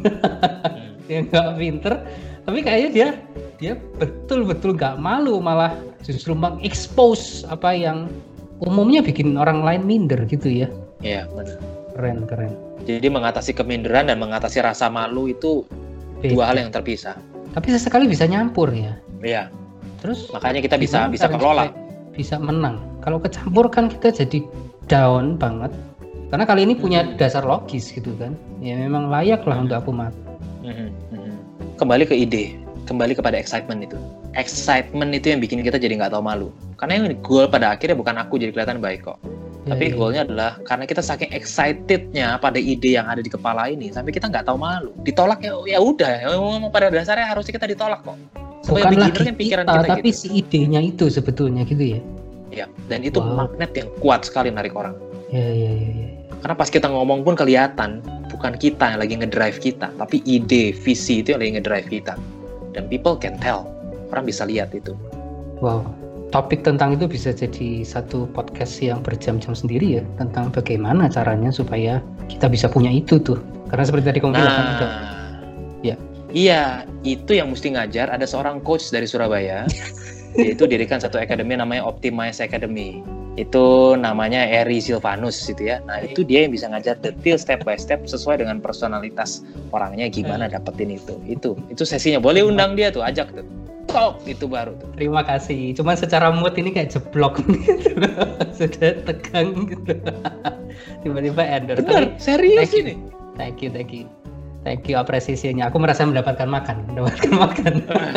dia nggak pinter, tapi kayaknya dia dia betul-betul nggak malu, malah justru mengekspos apa yang umumnya bikin orang lain minder gitu ya. Iya, benar. Keren, keren. Jadi mengatasi keminderan dan mengatasi rasa malu itu Beda. dua hal yang terpisah. Tapi sesekali bisa nyampur ya. Iya. Terus makanya kita bisa bisa kelola. Bisa menang. Kalau kecampur kan kita jadi down banget. Karena kali ini punya hmm. dasar logis gitu kan. Ya memang layak lah hmm. untuk aku mati. Hmm. Hmm. Kembali ke ide. Kembali kepada excitement itu. Excitement itu yang bikin kita jadi nggak tahu malu. Karena yang goal pada akhirnya bukan aku jadi kelihatan baik kok. Ya, Tapi ya. goalnya adalah karena kita saking excitednya pada ide yang ada di kepala ini sampai kita nggak tahu malu. Ditolak ya ya udah. Memang pada dasarnya harusnya kita ditolak kok. Bukan lagi kita, kita tapi gitu. Si idenya itu sebetulnya gitu ya. Ya, dan itu wow. magnet yang kuat sekali narik orang. Ya, ya, ya, ya. Karena pas kita ngomong pun kelihatan bukan kita yang lagi ngedrive kita, tapi ide, visi itu yang lagi ngedrive kita. Dan people can tell. Orang bisa lihat itu. Wow. topik tentang itu bisa jadi satu podcast yang berjam-jam sendiri ya, tentang bagaimana caranya supaya kita bisa punya itu tuh. Karena seperti tadi kamu bilang kan ada. Ya. Iya, itu yang mesti ngajar. Ada seorang coach dari Surabaya, yaitu dirikan satu akademi namanya Optimize Academy. Itu namanya Eri Silvanus gitu ya. Nah itu dia yang bisa ngajar detail step by step sesuai dengan personalitas orangnya gimana dapetin itu. Itu itu sesinya. Boleh undang dia tuh, ajak tuh. Talk itu baru tuh. Terima kasih. Cuman secara mood ini kayak jeblok gitu. Sudah tegang gitu. Tiba-tiba endorse. Benar, serius thank ini. Thank you, thank you. Thank you apresiasinya. Aku merasa mendapatkan makan, mendapatkan makan.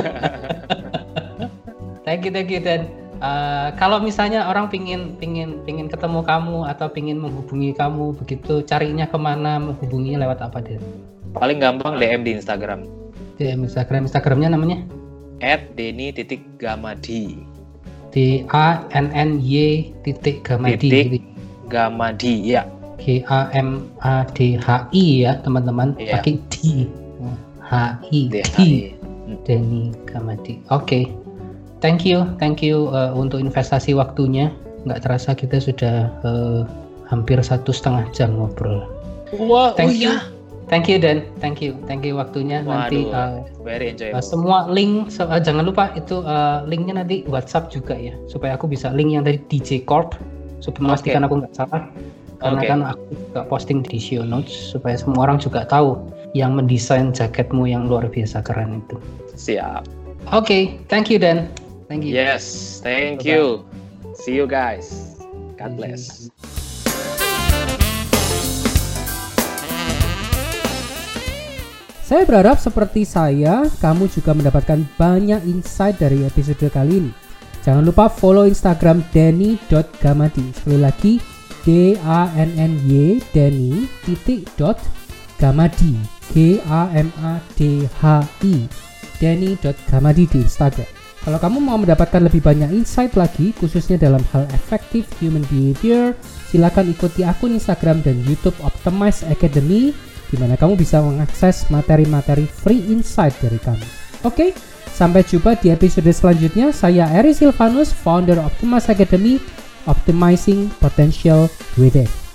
Thank you, thank you dan Uh, kalau misalnya orang pingin pingin pingin ketemu kamu atau pingin menghubungi kamu begitu, carinya kemana, menghubunginya lewat apa deh? Paling gampang D M di Instagram. D M Instagram, Instagramnya namanya? at denny titik gamadi. D A N N Y titik gamadi. Titik gamadi, ya. G A M A D H I ya teman-teman, ya. Pakai D. H I D. Denny Gamadi. Oke. Okay. Thank you, thank you uh, untuk investasi waktunya. Nggak terasa kita sudah uh, hampir satu setengah jam ngobrol. Wah, thank oh you, ya. thank you Dan, thank you, thank you waktunya. Waduh, nanti uh, very enjoyable. Uh, semua link, so, uh, jangan lupa itu uh, linknya nanti WhatsApp juga ya, supaya aku bisa link yang dari D J Corp, supaya memastikan okay. aku nggak salah. Karena okay. kan aku juga posting di show notes supaya semua orang juga tahu yang mendesain jaketmu yang luar biasa keren itu. Siap. Oke, okay, thank you Dan. Thank you. Yes, thank Bye-bye. you. See you guys. God bless. Saya berharap seperti saya, kamu juga mendapatkan banyak insight dari episode kali ini. Jangan lupa follow Instagram denny dot gamadi. Sekali lagi D A N N Y denny titik dot gamadi. G A M A D H I. denny dot gamadi di Instagram. Kalau kamu mau mendapatkan lebih banyak insight lagi, khususnya dalam hal effective human behavior, silakan ikuti akun Instagram dan YouTube Optimize Academy, di mana kamu bisa mengakses materi-materi free insight dari kami. Oke, sampai jumpa di episode selanjutnya. Saya Eri Silvanus, founder Optimize Academy, Optimizing Potential with It.